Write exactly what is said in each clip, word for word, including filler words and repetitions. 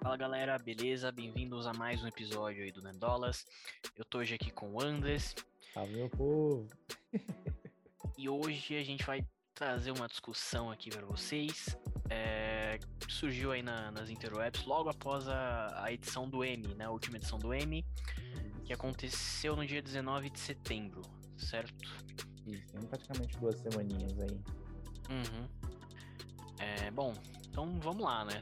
Fala galera, beleza? Bem-vindos a mais um episódio aí do Nerdolas. Eu tô hoje aqui com o Andres. Salve, meu povo! E hoje a gente vai trazer uma discussão aqui para vocês. É, surgiu aí na, nas interwebs logo após a, a edição do Emmy, né? A última edição do Emmy, que aconteceu no dia dezenove de setembro, certo? Isso, tem praticamente duas semaninhas aí. Uhum. É, bom, então vamos lá, né?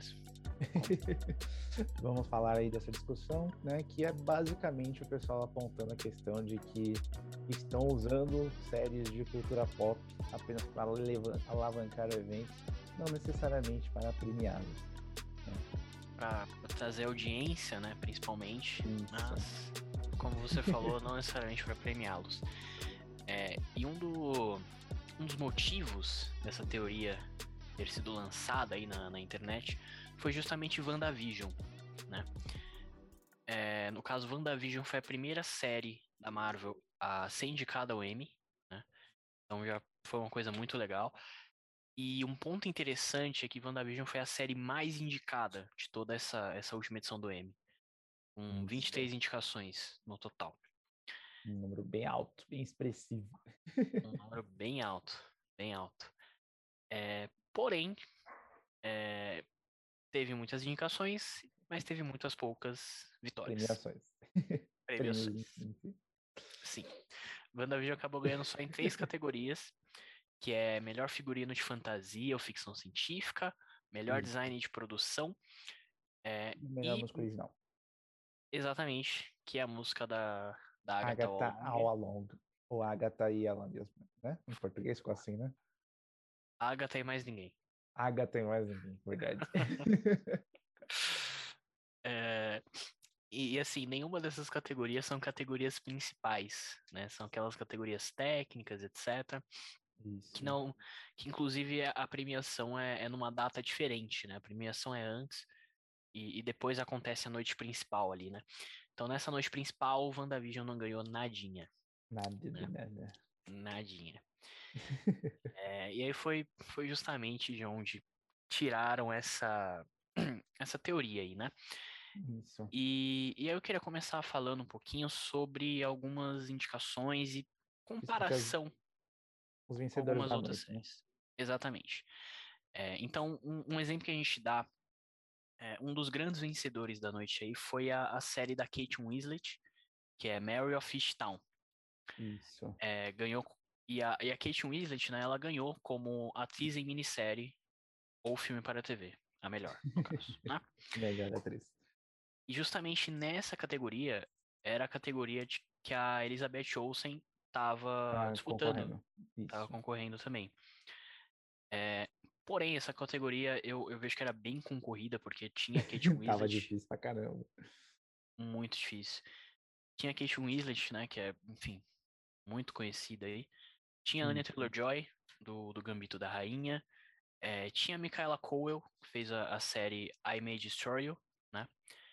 Vamos falar aí dessa discussão, né? Que é basicamente o pessoal apontando a questão de que estão usando séries de cultura pop apenas para alavancar eventos, não necessariamente para premiá-los. Né? Para trazer audiência, né? Principalmente, Isso. mas como você falou, não necessariamente para premiá-los. É, e um, do, um dos motivos dessa teoria ter sido lançada aí na, na internet foi justamente WandaVision, né? É, no caso, WandaVision foi a primeira série da Marvel a ser indicada ao Emmy, né? Então já foi uma coisa muito legal. E um ponto interessante é que WandaVision foi a série mais indicada de toda essa, essa última edição do Emmy, com Isso. vinte e três indicações no total. Um número bem alto, bem expressivo. Um número bem alto, bem alto. É, porém, é, teve muitas indicações, mas teve muitas poucas vitórias. Premiações. Premiações. Sim. WandaVision acabou ganhando só em três categorias, que é melhor figurino de fantasia ou ficção científica, melhor Isso. design de produção, é, melhor e música original. exatamente, que é a música da, da Agatha Agatha All All Along. Ou Agatha e ela mesma, né? Em português ficou assim, né? Agatha e mais ninguém. Agatha e mais ninguém, verdade. é, e, e assim, nenhuma dessas categorias são categorias principais, né? São aquelas categorias técnicas, etcétera. Isso. Que não, que inclusive a premiação é, é numa data diferente, né? A premiação é antes e, e depois acontece a noite principal ali, né? Então nessa noite principal, o WandaVision não ganhou nadinha. Nada de Né? nada. Nadinha. é, e aí foi, foi justamente de onde tiraram essa, essa teoria aí, né? Isso. E, e aí eu queria começar falando um pouquinho sobre algumas indicações e comparação Os com vencedores algumas da outras noite, né? séries. Exatamente. É, então, um, um exemplo que a gente dá, é, um dos grandes vencedores da noite aí foi a, a série da Kate Winslet, que é Mary of Easttown. Isso. É, ganhou, e a, e a Kate Winslet, né, ela ganhou como atriz em minissérie ou filme para a T V, a melhor, no caso, né? Melhor atriz. E justamente nessa categoria, era a categoria de, que a Elizabeth Olsen estava Tá disputando, concorrendo. estava Isso. concorrendo também. É, porém, essa categoria eu, eu vejo que era bem concorrida, porque tinha Kate Tava Winslet, difícil pra caramba. muito difícil. Tinha Kate Winslet, né, que é, enfim, muito conhecida aí. Tinha Anya Isso. Taylor-Joy, do, do Gambito da Rainha. É, tinha Micaela Coel, que fez a, a série I May Destroy You, né?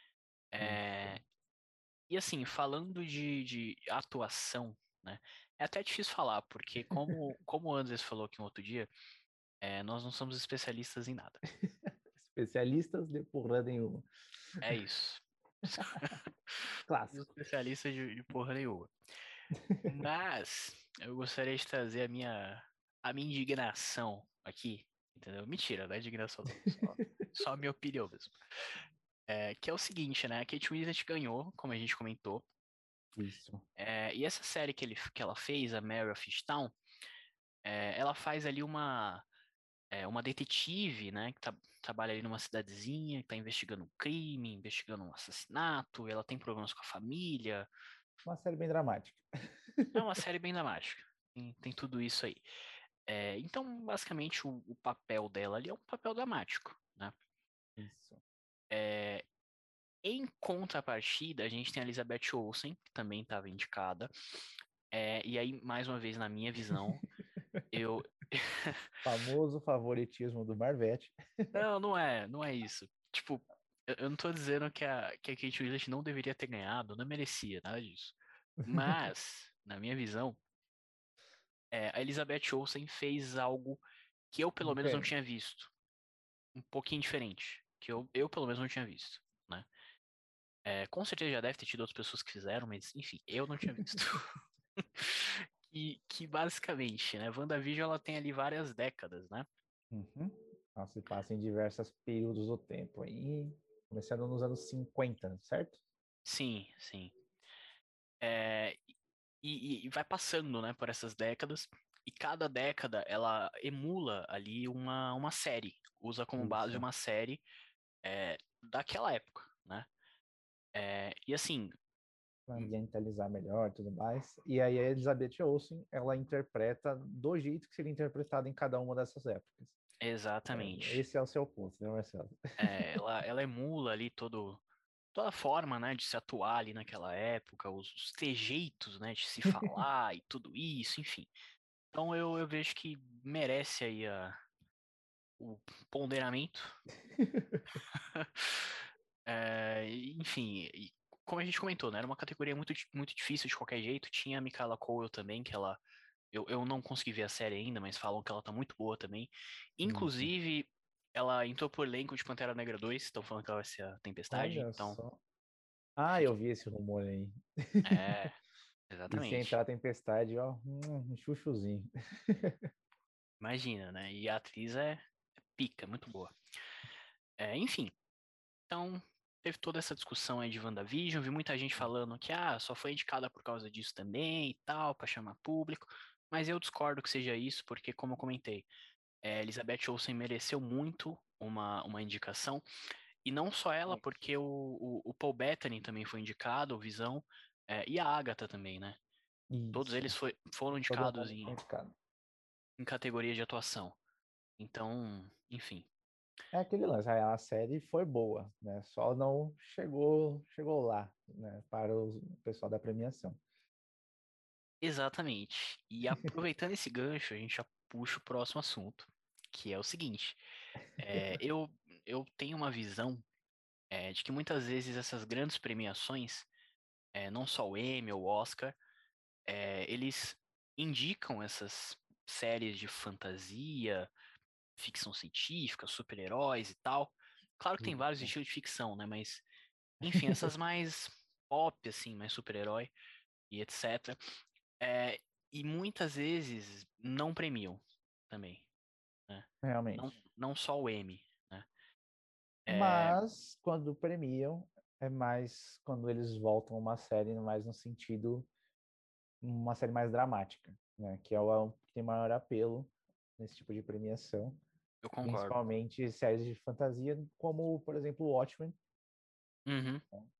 É, e assim, falando de, de atuação, né? É até difícil falar, porque como, como o Andres falou aqui um outro dia, é, nós não somos especialistas em nada. Especialistas de porra nenhuma. É isso. Clássico. Especialista de, de porra nenhuma. Mas eu gostaria de trazer a minha, a minha indignação aqui, entendeu? Mentira, não é indignação não. Só, só a minha opinião mesmo. É, que é o seguinte, né? A Kate Winslet ganhou, como a gente comentou. Isso. É, e essa série que, ele, que ela fez, a Mary of Easttown, é, ela faz ali uma, é, uma detetive, né? Que tá, trabalha ali numa cidadezinha, que tá investigando um crime, investigando um assassinato, ela tem problemas com a família. Uma série bem dramática. É uma série bem dramática. Tem, tem tudo isso aí. É, então, basicamente, o, o papel dela ali é um papel dramático, né? Isso. É, em contrapartida, a gente tem a Elizabeth Olsen, que também estava indicada. É, e aí, mais uma vez, na minha visão, eu. Famoso favoritismo do Marvete. Não, não é, não é isso. Tipo, eu, eu não tô dizendo que a, que a Kate Winslet não deveria ter ganhado, não merecia, nada disso. Mas, na minha visão, é, a Elizabeth Olsen fez algo que eu, pelo menos, não Diferente. tinha visto. Um pouquinho diferente. Que eu, eu pelo menos, não tinha visto. né? É, com certeza já deve ter tido outras pessoas que fizeram, mas enfim, eu não tinha visto. E que basicamente, né, WandaVision ela tem ali várias décadas, né? Uhum. Ela se passa em diversos períodos do tempo aí, começando nos anos cinquenta, certo? Sim, sim. É, e, e vai passando, né, por essas décadas, e cada década ela emula ali uma, uma série, usa como base Isso. uma série é, daquela época, né? É, e assim, Pra ambientalizar melhor e tudo mais. E aí a Elizabeth Olsen, ela interpreta do jeito que seria interpretado em cada uma dessas épocas. É, exatamente, esse é o seu ponto, né, Marcelo? é, ela, ela emula ali todo, toda a forma, né, de se atuar ali naquela época, os, os trejeitos, né, de se falar e tudo isso, enfim. Então eu, eu vejo que merece aí a, o ponderamento. É, enfim, e como a gente comentou, né? Era uma categoria muito, di- muito difícil de qualquer jeito. Tinha a Michaela Cole também, que ela. Eu, eu não consegui ver a série ainda, mas falam que ela tá muito boa também. Isso. Inclusive, ela entrou pro elenco de Pantera Negra dois, estão falando que ela vai ser a Tempestade, Olha então só. Ah, eu fique. vi esse rumor aí. É, E se exatamente. entrar a tempestade, ó, hum, um chuchuzinho. Imagina, né? E a atriz é, é pica, muito boa. É, enfim, então teve toda essa discussão aí de WandaVision. Vi muita gente falando que ah, só foi indicada por causa disso também e tal, pra chamar público. Mas eu discordo que seja isso, porque, como eu comentei, é, Elizabeth Olsen mereceu muito uma, uma indicação. E não só ela, porque o, o, o Paul Bettany também foi indicado, o Visão, é, e a Agatha também, né? Todos Isso. eles foi- foram Todo indicados mundo foi em, indicado. em categoria de atuação. Então, enfim. É aquele lance, a a série foi boa, né? Só não chegou, chegou lá, né? Para o pessoal da premiação. Exatamente. E aproveitando esse gancho, a gente já puxa o próximo assunto, que é o seguinte. É, eu, eu tenho uma visão é, de que muitas vezes essas grandes premiações, é, não só o Emmy ou o Oscar, é, eles indicam essas séries de fantasia, ficção científica, super-heróis e tal. Claro que tem vários Isso. estilos de ficção, né? Mas, enfim, essas mais pop, assim, mais super-herói e etcétera. É, e muitas vezes não premiam também, né? Não, Realmente. não só o Emmy, né? É, Mas quando premiam, é mais quando eles voltam uma série mais no sentido, uma série mais dramática, né? Que é o que tem maior apelo nesse tipo de premiação. eu concordo. Principalmente séries de fantasia, como, por exemplo, Watchmen, Uhum,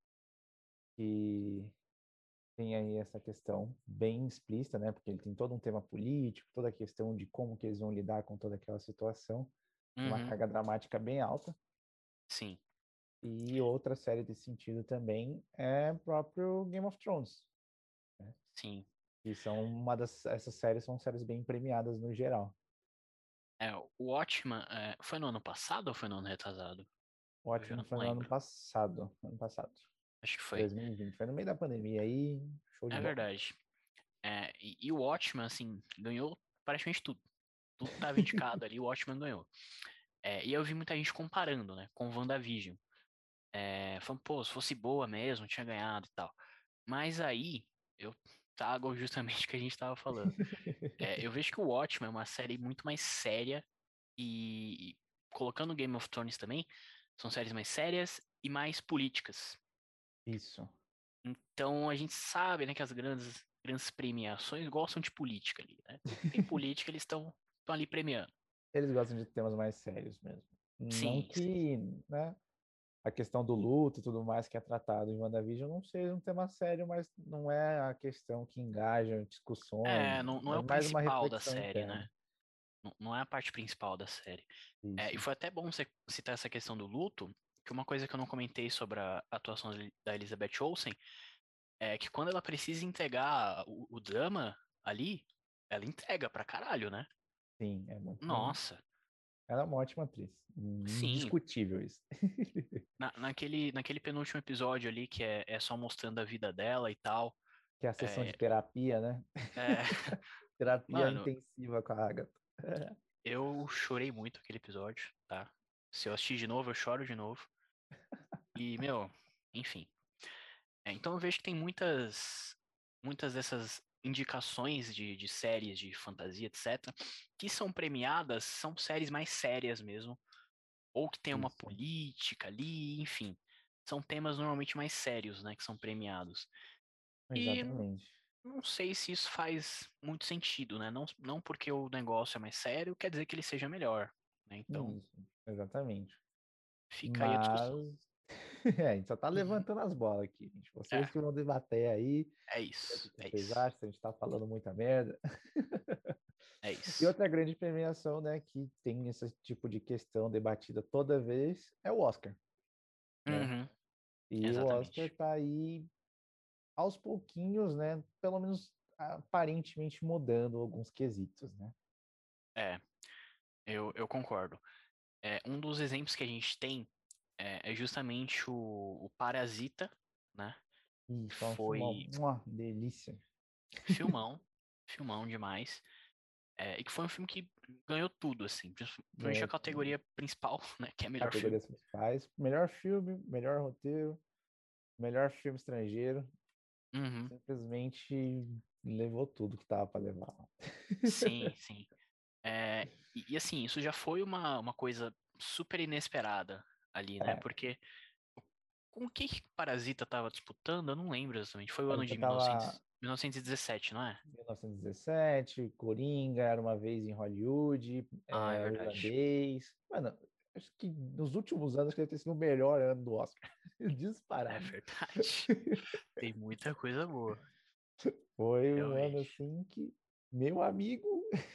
que tem aí essa questão bem explícita, né? Porque ele tem todo um tema político, toda a questão de como que eles vão lidar com toda aquela situação, uma uhum, carga dramática bem alta. sim, E outra série desse sentido também é o próprio Game of Thrones, né? sim. Que são uma das essas séries são séries bem premiadas no geral. É, o Watchmen, é, foi no ano passado ou foi no ano retrasado? O Eu já Watchmen não foi no ano lembro. passado, ano passado, Acho que foi. dois mil e vinte, foi no meio da pandemia aí, show de É bola. verdade. É, e, e o Watchmen, assim, ganhou praticamente tudo. Tudo estava indicado ali, o Watchmen ganhou. É, e eu vi muita gente comparando, né, com o WandaVision. É, falando, pô, se fosse boa mesmo, tinha ganhado e tal. Mas aí, eu trago justamente o que a gente tava falando. É, eu vejo que o Watchmen é uma série muito mais séria e, e colocando Game of Thrones também, são séries mais sérias e mais políticas. Isso. Então a gente sabe, né, que as grandes, grandes premiações gostam de política ali, né? Tudo que tem política, eles estão ali premiando. Eles gostam de temas mais sérios mesmo. Não Sim, sim. que, né, a questão do luto e tudo mais que é tratado em WandaVision não seja um tema sério, mas não é a questão que engaja discussões, É, não, não é é o mais uma principal da reflexão série, né? interna. Não, não é a parte principal da série. É, e Isso. foi até bom você citar essa questão do luto, que uma coisa que eu não comentei sobre a atuação da Elizabeth Olsen é que quando ela precisa entregar o, o drama ali, ela entrega pra caralho, né? Sim, é muito. Nossa, Ela é uma ótima atriz. sim. Indiscutível isso. Na, naquele, naquele penúltimo episódio ali, que é, é só mostrando a vida dela e tal. Que é a sessão de É, terapia, né? é, Terapia mano, intensiva com a Agatha. eu chorei muito aquele episódio, tá? Se eu assistir de novo, eu choro de novo. E, meu, enfim. É, então eu vejo que tem muitas, muitas dessas indicações de, de séries de fantasia, etcétera, que são premiadas, são séries mais sérias mesmo, ou que tem uma Isso, política ali, enfim. São temas normalmente mais sérios, né, que são premiados. E exatamente. não sei se isso faz muito sentido, né? Não, não porque o negócio é mais sério, quer dizer que ele seja melhor, né? Então, Isso, exatamente. fica aí a discussão. Mas é, a gente só tá Uhum. levantando as bolas aqui, gente. Vocês É, que vão debater aí, é ver o que isso, que é vocês isso, acham, se a gente tá falando muita merda. é E isso. outra grande premiação, né, que tem esse tipo de questão debatida toda vez é o Oscar, né? Uhum, E o Oscar exatamente. tá aí aos pouquinhos, né, pelo menos aparentemente mudando alguns quesitos, né? É, eu, eu concordo. É, um dos exemplos que a gente tem é, é justamente o, o Parasita, né? Que Isso, é um filmão, foi uma delícia. filmão, filmão demais. É, e que foi um filme que ganhou tudo, assim, principalmente a Ganhou categoria principal, né? Que é melhor filme. categorias principais, melhor filme, melhor roteiro, melhor filme estrangeiro, Uhum, simplesmente levou tudo que tava para levar. sim, sim. É, e, e, assim, isso já foi uma, uma coisa super inesperada ali, né? É, Porque com o que que Parasita tava disputando, eu não lembro exatamente. Foi o ano Parasita de mil e tava novecentos, mil novecentos e dezessete, não é? mil novecentos e dezessete, Coringa, Era Uma Vez em Hollywood, Ah, é é, O verdade. Irlandês. Mano, acho que nos últimos anos que deve ter sido o melhor ano do Oscar. É Disparado. verdade. Tem muita coisa boa, Foi um ano realmente. assim que, meu amigo,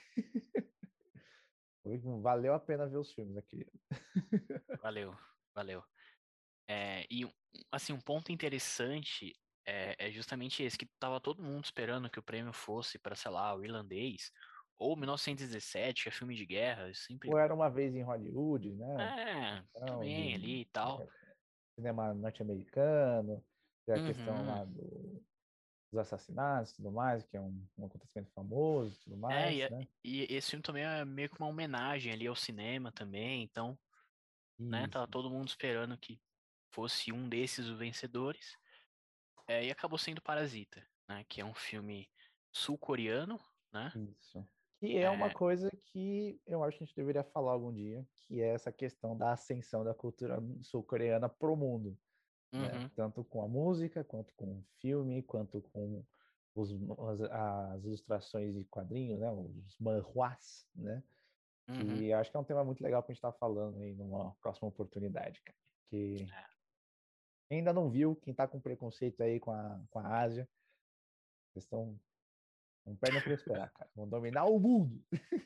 foi- valeu a pena ver os filmes aqui. Valeu, valeu. É, e um- assim, um ponto interessante é, é justamente esse, que tava todo mundo esperando que o prêmio fosse para, sei lá, o irlandês, ou mil novecentos e dezessete, que é filme de guerra, sempre. Ou Era Uma Vez em Hollywood, né? É, Então, também de ali e tal. cinema norte-americano, tem a questão Uhum. lá do, dos assassinatos e tudo mais, que é um, um acontecimento famoso e tudo É, e, mais, é- né? e esse filme também é meio que uma homenagem ali ao cinema também, então, né, tava Isso, todo mundo esperando que fosse um desses os vencedores, é, e acabou sendo Parasita, né, que é um filme sul-coreano, né, isso. Que é uma é, coisa que eu acho que a gente deveria falar algum dia, que é essa questão da ascensão da cultura sul-coreana pro mundo, né? uhum, Tanto com a música, quanto com o filme, quanto com os, as, as ilustrações de quadrinhos, né? Os manhwas, né? uhum, E acho que é um tema muito legal para a gente estar falando aí numa próxima oportunidade, cara. Que é, quem ainda não viu, quem está com preconceito aí com a, com a Ásia, vocês estão. Não perdem por esperar, cara. Vão dominar o mundo.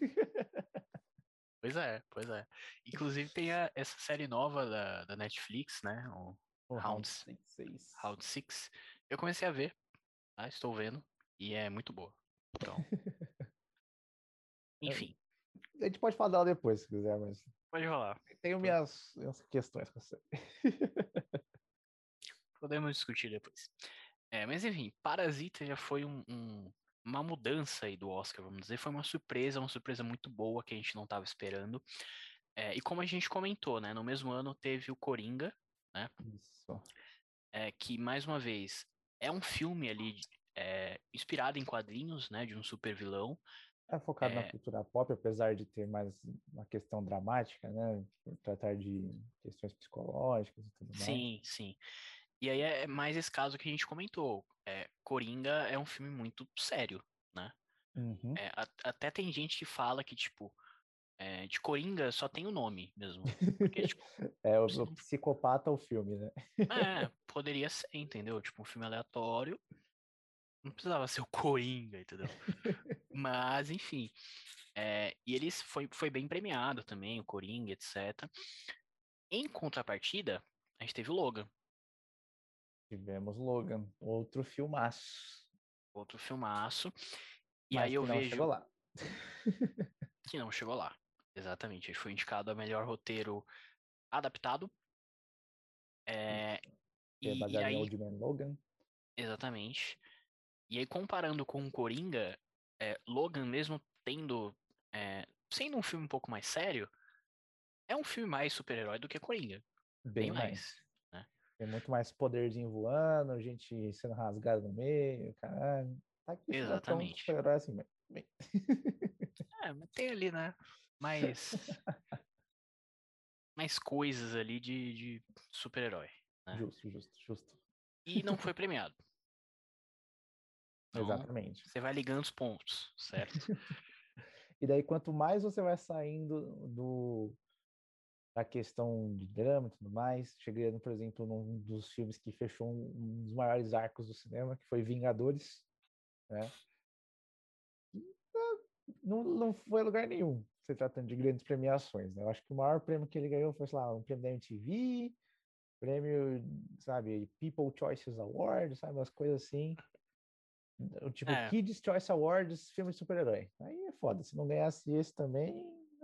pois é, pois é. Inclusive tem a- essa série nova da, da Netflix, né, o O Round, round seis, seis. Round Six. Eu comecei a ver, tá, estou vendo, e é muito boa, então, enfim, A gente pode falar dela depois, se quiser, mas pode rolar. tenho minhas, minhas questões com você. Podemos discutir depois. É, mas enfim, Parasita já foi um, um- uma mudança aí do Oscar, vamos dizer. Foi uma surpresa, uma surpresa muito boa que a gente não estava esperando. É, e como a gente comentou, né? No mesmo ano teve o Coringa, né? Isso. É, que, mais uma vez, é um filme ali é, inspirado em quadrinhos, né? De um super vilão. É focado na É, cultura pop, apesar de ter mais uma questão dramática, né? Por tratar de questões psicológicas e tudo mais. sim, sim. E aí é mais esse caso que a gente comentou. É, Coringa é um filme muito sério, né? Uhum. É, a- até tem gente que fala que, tipo, é, de Coringa só tem o nome mesmo. Porque, tipo, É o, se o não- psicopata o filme, né? é, poderia ser, entendeu? Tipo, um filme aleatório, não precisava ser o Coringa, entendeu? Mas, enfim. É, e ele foi, foi bem premiado também, o Coringa, etcétera. Em contrapartida, a gente teve o Logan, Tivemos Logan, outro filmaço, outro filmaço. E mas aí eu que não chegou vejo lá. que não chegou lá. Exatamente. Ele foi indicado a melhor roteiro adaptado. É, Isso. Que é e, e baseado em aí, Old Man Logan. exatamente. E aí, comparando com o Coringa, é, Logan, mesmo tendo. É, sendo um filme um pouco mais sério, é um filme mais super-herói do que Coringa. Bem Bem mais. mais. Né? Tem muito mais poderzinho voando, gente sendo rasgada no meio, caralho. Tá aqui, já tão Exatamente. super-herói assim, mas... bem. É, mas tem ali, né? Mais, mais coisas ali de, de super-herói, né? Justo, justo, justo. E não foi premiado. Então, Exatamente. você vai ligando os pontos, certo? E daí, quanto mais você vai saindo do, da questão de drama e tudo mais, chegando, por exemplo, num dos filmes que fechou um, um dos maiores arcos do cinema, que foi Vingadores, né? Não, não foi a lugar nenhum, se tratando de grandes premiações, né? Eu acho que o maior prêmio que ele ganhou foi, sei lá, um prêmio da M T V, prêmio, sabe, People Choices Awards, sabe, umas coisas assim. O tipo, É, Kids Choice Awards, filme de super-herói. Aí é foda, se não ganhasse esse também...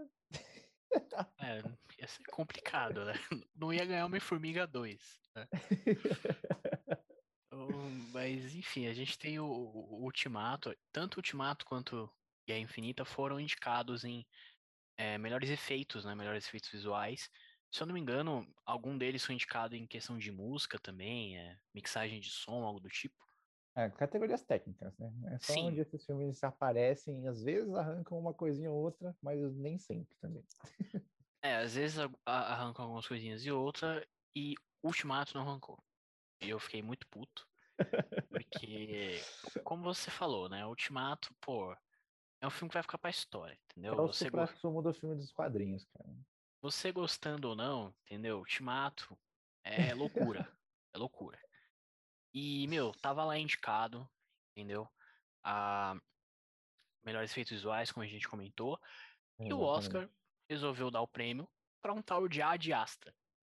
é, ia ser complicado, né? Não ia ganhar Homem-Formiga dois, né? Então, mas, enfim, a gente tem o, o Ultimato, tanto o Ultimato quanto Guerra Infinita foram indicados em é, melhores efeitos, né? Melhores efeitos visuais. Se eu não me engano, algum deles foi indicado em questão de música também, é, mixagem de som, algo do tipo. É, categorias técnicas, né? É só Sim, onde esses filmes aparecem, às vezes arrancam uma coisinha ou outra, mas nem sempre também. é, às vezes a- a- arrancam algumas coisinhas e outra, e Ultimato não arrancou. E eu fiquei muito puto, porque, como você falou, né? Ultimato, pô, é um filme que vai ficar pra história, É entendeu? o Você, go- suprassumo do filme dos quadrinhos, cara. você gostando ou não, entendeu? Ultimato é loucura, é loucura. E, meu, tava lá indicado, entendeu? A melhores efeitos visuais, como a gente comentou, e o Exatamente. Oscar resolveu dar o prêmio pra um tal de Ad Astra,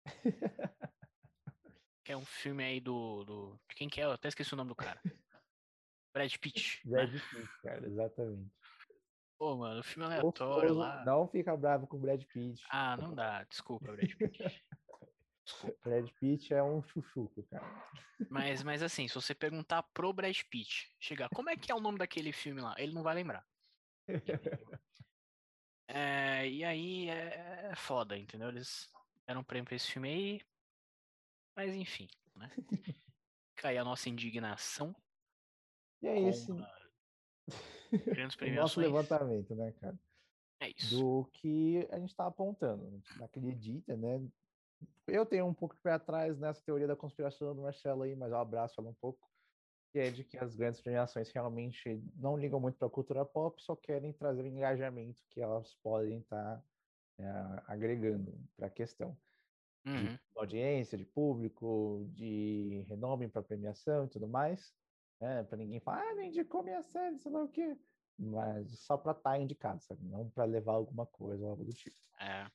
que é um filme aí do, do... de quem que é? Eu até esqueci o nome do cara. Brad Pitt, né? Brad Pitt, cara, exatamente. Pô, mano, filme aleatório Gostoso, lá. não fica bravo com o Brad Pitt. Ah, não dá. Desculpa, Brad Pitt. Desculpa. Brad Pitt é um chuchuco, cara. Mas, mas assim, se você perguntar pro Brad Pitt, chegar, como é que é o nome daquele filme lá? Ele não vai lembrar. Entendeu? É, e aí é, é foda, entendeu? Eles deram um prêmio pra esse filme aí, mas enfim, né? Fica aí a nossa indignação E é com esse grandes o nosso premiações. levantamento, né, cara? É isso. Do que a gente está apontando. A gente não acredita, né? Eu tenho um pouco de pé atrás nessa teoria da conspiração do Marcelo aí, mas eu abraço ela um pouco, que é de que as grandes premiações realmente não ligam muito para a cultura pop, só querem trazer o engajamento que elas podem estar tá, é, agregando para a questão de Uhum. audiência, de público, de renome para premiação e tudo mais, né? Para ninguém falar, ah, não indicou minha série, sei lá o quê, mas só para estar tá indicado, sabe? Não para levar alguma coisa ou algo do tipo. É.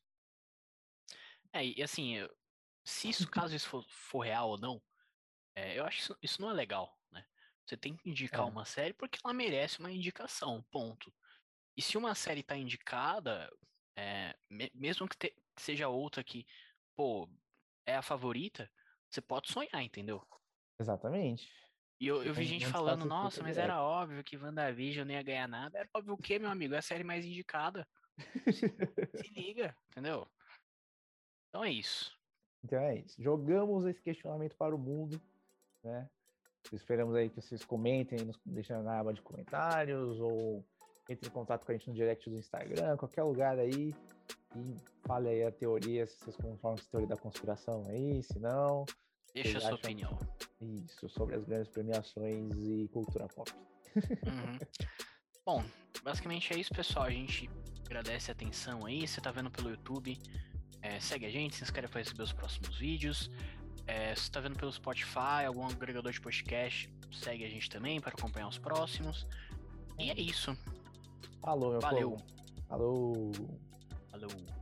É, e assim, eu- se isso, caso isso for, for real ou não, é, eu acho que isso, isso não é legal, né? Você tem que indicar É, uma série porque ela merece uma indicação, ponto. E se uma série tá indicada, é, me- mesmo que, te- que seja outra que, pô, é a favorita, você pode sonhar, entendeu? exatamente. E eu, eu vi Não, gente não falando, desclassifica nossa, mas era direto. óbvio que WandaVision não ia ganhar nada. Era óbvio o quê, meu amigo? É a série mais indicada. Se, se liga, entendeu? Então é isso. Então é isso. Jogamos esse questionamento para o mundo, né? Esperamos aí que vocês comentem, nos deixem na aba de comentários ou entre em contato com a gente no direct do Instagram, qualquer lugar aí e fale aí a teoria, se vocês concordam com a teoria da conspiração aí, se não, Deixa vocês a sua acham opinião. isso sobre as grandes premiações e cultura pop. Uhum. Bom, basicamente é isso, pessoal. A gente agradece a atenção aí. Você tá vendo pelo YouTube, é, segue a gente, se inscreve para receber os próximos vídeos. É, se você tá vendo pelo Spotify, algum agregador de podcast, segue a gente também para acompanhar os próximos. E é isso. Falou, meu Valeu. povo. Falou. Falou.